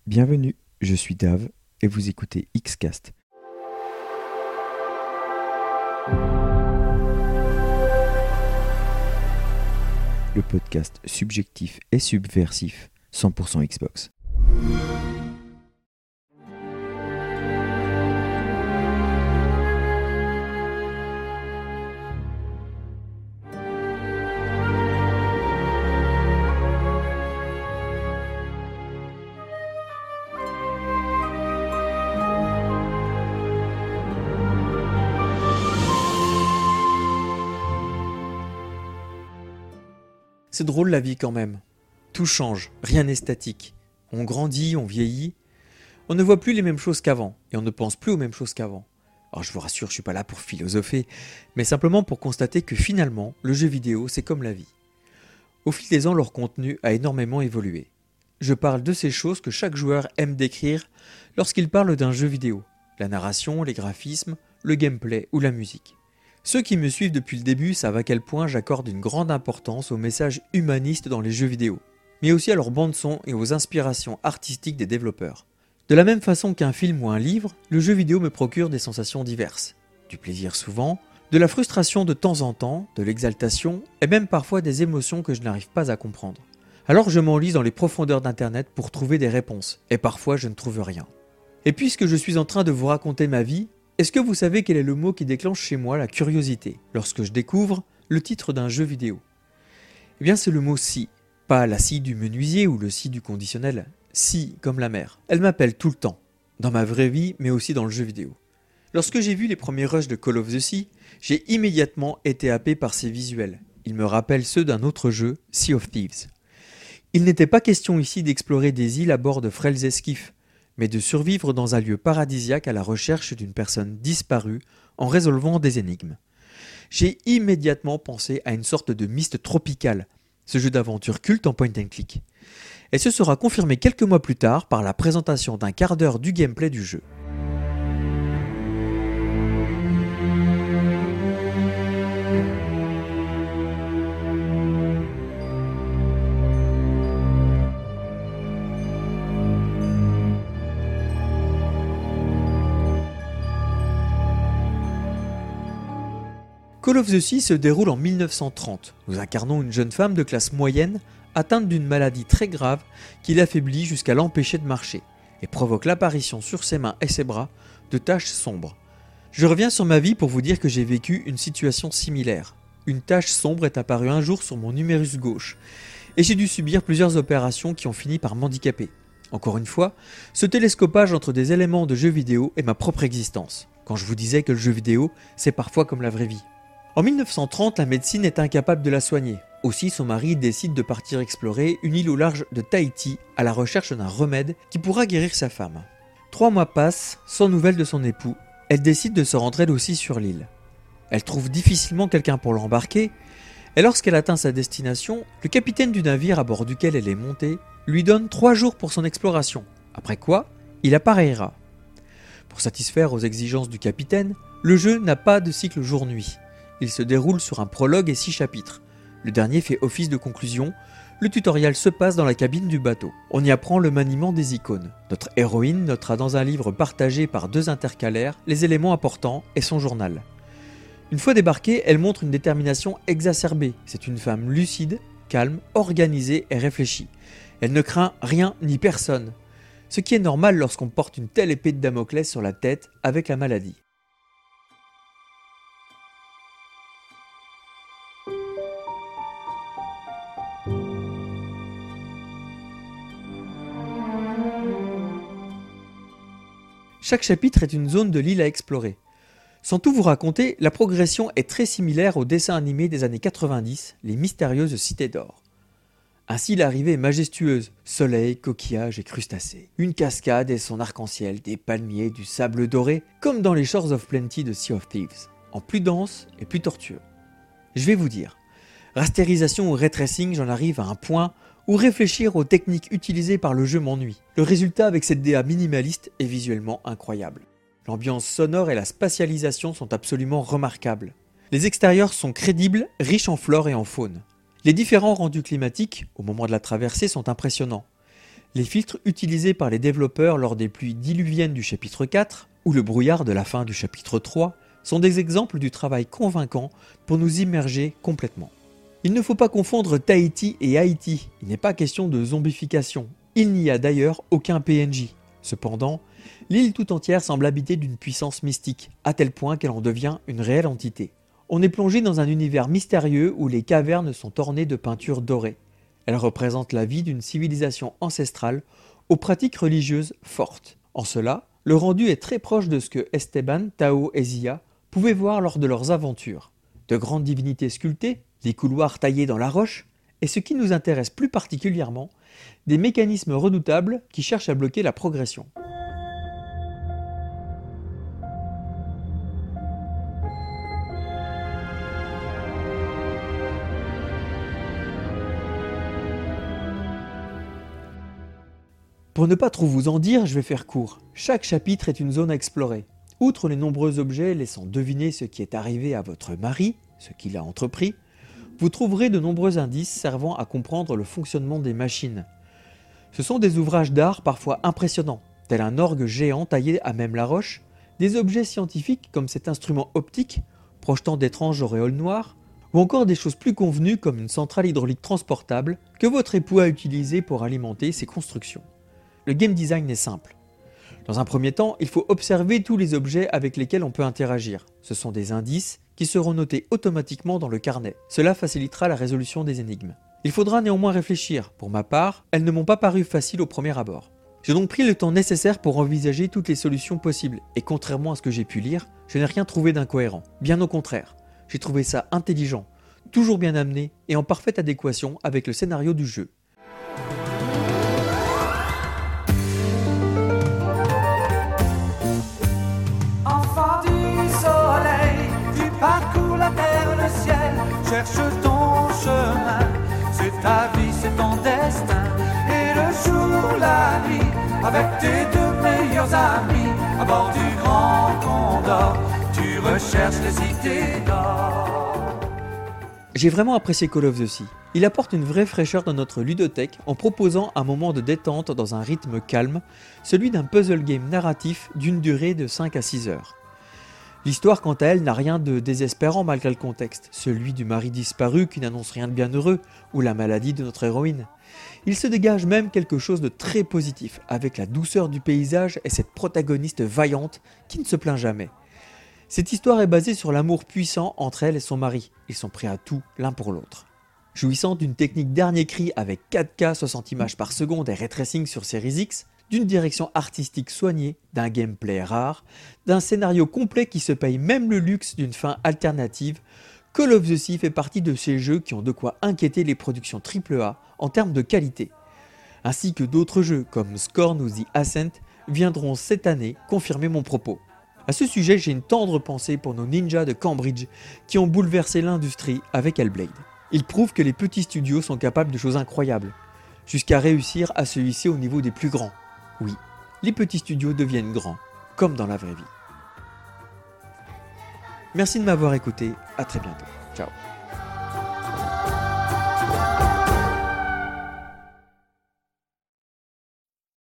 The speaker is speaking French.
Bienvenue, je suis Dave et vous écoutez Xcast. Le podcast subjectif et subversif 100% Xbox. C'est drôle la vie quand même. Tout change, rien n'est statique. On grandit, on vieillit. On ne voit plus les mêmes choses qu'avant et on ne pense plus aux mêmes choses qu'avant. Alors je vous rassure, je suis pas là pour philosopher, mais simplement pour constater que finalement, le jeu vidéo, c'est comme la vie. Au fil des ans, leur contenu a énormément évolué. Je parle de ces choses que chaque joueur aime décrire lorsqu'il parle d'un jeu vidéo. La narration, les graphismes, le gameplay ou la musique. Ceux qui me suivent depuis le début savent à quel point j'accorde une grande importance aux messages humanistes dans les jeux vidéo, mais aussi à leur bande-son et aux inspirations artistiques des développeurs. De la même façon qu'un film ou un livre, le jeu vidéo me procure des sensations diverses. Du plaisir souvent, de la frustration de temps en temps, de l'exaltation, et même parfois des émotions que je n'arrive pas à comprendre. Alors je m'enlise dans les profondeurs d'internet pour trouver des réponses, et parfois je ne trouve rien. Et puisque je suis en train de vous raconter ma vie, est-ce que vous savez quel est le mot qui déclenche chez moi la curiosité lorsque je découvre le titre d'un jeu vidéo ? Eh bien c'est le mot « si », pas la scie du menuisier ou le si du conditionnel, si comme la mère. Elle m'appelle tout le temps, dans ma vraie vie mais aussi dans le jeu vidéo. Lorsque j'ai vu les premiers rushs de Call of the Sea, j'ai immédiatement été happé par ces visuels. Ils me rappellent ceux d'un autre jeu, Sea of Thieves. Il n'était pas question ici d'explorer des îles à bord de frêles esquifs, mais de survivre dans un lieu paradisiaque à la recherche d'une personne disparue en résolvant des énigmes. J'ai immédiatement pensé à une sorte de Myst tropical, ce jeu d'aventure culte en point and click. Et ce sera confirmé quelques mois plus tard par la présentation d'un quart d'heure du gameplay du jeu. Call of the Sea se déroule en 1930. Nous incarnons une jeune femme de classe moyenne atteinte d'une maladie très grave qui l'affaiblit jusqu'à l'empêcher de marcher et provoque l'apparition sur ses mains et ses bras de taches sombres. Je reviens sur ma vie pour vous dire que j'ai vécu une situation similaire. Une tache sombre est apparue un jour sur mon humérus gauche et j'ai dû subir plusieurs opérations qui ont fini par m'handicaper. Encore une fois, ce télescopage entre des éléments de jeux vidéo et ma propre existence. Quand je vous disais que le jeu vidéo, c'est parfois comme la vraie vie. En 1930, la médecine est incapable de la soigner. Aussi, son mari décide de partir explorer une île au large de Tahiti à la recherche d'un remède qui pourra guérir sa femme. 3 mois passent, sans nouvelles de son époux. Elle décide de se rendre elle aussi sur l'île. Elle trouve difficilement quelqu'un pour l'embarquer, et lorsqu'elle atteint sa destination, le capitaine du navire à bord duquel elle est montée lui donne 3 jours pour son exploration, après quoi il appareillera. Pour satisfaire aux exigences du capitaine, le jeu n'a pas de cycle jour-nuit. Il se déroule sur un prologue et 6 chapitres. Le dernier fait office de conclusion. Le tutoriel se passe dans la cabine du bateau. On y apprend le maniement des icônes. Notre héroïne notera dans un livre partagé par 2 intercalaires les éléments importants et son journal. Une fois débarquée, elle montre une détermination exacerbée. C'est une femme lucide, calme, organisée et réfléchie. Elle ne craint rien ni personne. Ce qui est normal lorsqu'on porte une telle épée de Damoclès sur la tête avec la maladie. Chaque chapitre est une zone de l'île à explorer. Sans tout vous raconter, la progression est très similaire au dessin animé des années 90, Les Mystérieuses Cités d'Or. Ainsi l'arrivée est majestueuse, soleil, coquillages et crustacés. Une cascade et son arc-en-ciel, des palmiers, du sable doré, comme dans les Shores of Plenty de Sea of Thieves, en plus dense et plus tortueux. Je vais vous dire, rasterisation ou ray tracing, j'en arrive à un point où réfléchir aux techniques utilisées par le jeu m'ennuie. Le résultat avec cette DA minimaliste est visuellement incroyable. L'ambiance sonore et la spatialisation sont absolument remarquables. Les extérieurs sont crédibles, riches en flore et en faune. Les différents rendus climatiques, au moment de la traversée, sont impressionnants. Les filtres utilisés par les développeurs lors des pluies diluviennes du chapitre 4 ou le brouillard de la fin du chapitre 3 sont des exemples du travail convaincant pour nous immerger complètement. Il ne faut pas confondre Tahiti et Haïti, il n'est pas question de zombification, il n'y a d'ailleurs aucun PNJ. Cependant, l'île tout entière semble habitée d'une puissance mystique, à tel point qu'elle en devient une réelle entité. On est plongé dans un univers mystérieux où les cavernes sont ornées de peintures dorées. Elles représentent la vie d'une civilisation ancestrale aux pratiques religieuses fortes. En cela, le rendu est très proche de ce que Esteban, Tao et Zia pouvaient voir lors de leurs aventures. De grandes divinités sculptées, des couloirs taillés dans la roche, et ce qui nous intéresse plus particulièrement, des mécanismes redoutables qui cherchent à bloquer la progression. Pour ne pas trop vous en dire, je vais faire court. Chaque chapitre est une zone à explorer. Outre les nombreux objets laissant deviner ce qui est arrivé à votre mari, ce qu'il a entrepris, vous trouverez de nombreux indices servant à comprendre le fonctionnement des machines. Ce sont des ouvrages d'art parfois impressionnants, tel un orgue géant taillé à même la roche, des objets scientifiques comme cet instrument optique, projetant d'étranges auréoles noires, ou encore des choses plus convenues comme une centrale hydraulique transportable que votre époux a utilisée pour alimenter ses constructions. Le game design est simple. Dans un premier temps, il faut observer tous les objets avec lesquels on peut interagir. Ce sont des indices qui seront notés automatiquement dans le carnet. Cela facilitera la résolution des énigmes. Il faudra néanmoins réfléchir. Pour ma part, elles ne m'ont pas paru faciles au premier abord. J'ai donc pris le temps nécessaire pour envisager toutes les solutions possibles. Et contrairement à ce que j'ai pu lire, je n'ai rien trouvé d'incohérent. Bien au contraire, j'ai trouvé ça intelligent, toujours bien amené et en parfaite adéquation avec le scénario du jeu. Parcours la terre, le ciel, cherche ton chemin. C'est ta vie, c'est ton destin. Et le jour, la nuit, avec tes deux meilleurs amis, à bord du grand Condor, tu recherches les idées d'or. J'ai vraiment apprécié Call of the Sea. Il apporte une vraie fraîcheur dans notre ludothèque en proposant un moment de détente dans un rythme calme, celui d'un puzzle game narratif d'une durée de 5 à 6 heures. L'histoire, quant à elle, n'a rien de désespérant malgré le contexte, celui du mari disparu qui n'annonce rien de bienheureux, ou la maladie de notre héroïne. Il se dégage même quelque chose de très positif, avec la douceur du paysage et cette protagoniste vaillante qui ne se plaint jamais. Cette histoire est basée sur l'amour puissant entre elle et son mari, ils sont prêts à tout l'un pour l'autre. Jouissant d'une technique dernier cri avec 4K 60 images par seconde et ray tracing sur Series X, d'une direction artistique soignée, d'un gameplay rare, d'un scénario complet qui se paye même le luxe d'une fin alternative, Call of the Sea fait partie de ces jeux qui ont de quoi inquiéter les productions AAA en termes de qualité. Ainsi que d'autres jeux comme Scorn ou The Ascent viendront cette année confirmer mon propos. À ce sujet, j'ai une tendre pensée pour nos ninjas de Cambridge qui ont bouleversé l'industrie avec Hellblade. Ils prouvent que les petits studios sont capables de choses incroyables, jusqu'à réussir à se hisser au niveau des plus grands. Oui, les petits studios deviennent grands, comme dans la vraie vie. Merci de m'avoir écouté, à très bientôt. Ciao.